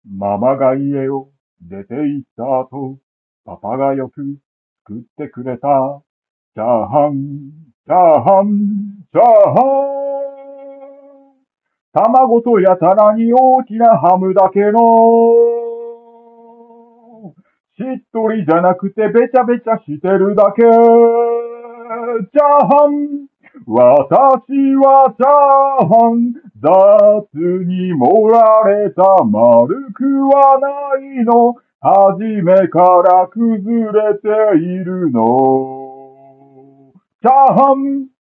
ママが家を出て行った後、パパがよく作ってくれた。チャーハン、チャーハン、チャーハン。卵とやたらに大きなハムだけの。しっとりじゃなくてべちゃべちゃしてるだけ。チャーハン。私はチャーハン。雑に盛られた丸くはないの。初めから崩れているの。チャーハン。